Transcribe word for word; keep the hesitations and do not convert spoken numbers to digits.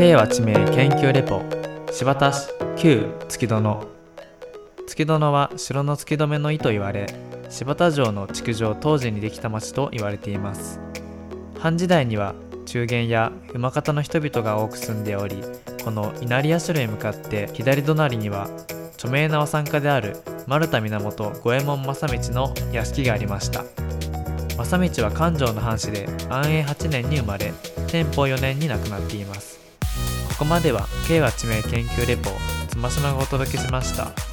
京和地名研究レポ新発田市旧月殿。月殿は城の突き止めの井と言われ、新発田城の築城当時にできた町と言われています。藩時代には中原や馬方の人々が多く住んでおり、この稲荷社へ向かって左隣には著名なお産家である丸田源五右衛門正道の屋敷がありました。正道は勘定の藩士で安永はちねんに生まれ、天保よねんに亡くなっています。ここまでは京和地名研究レポつましまがお届けしました。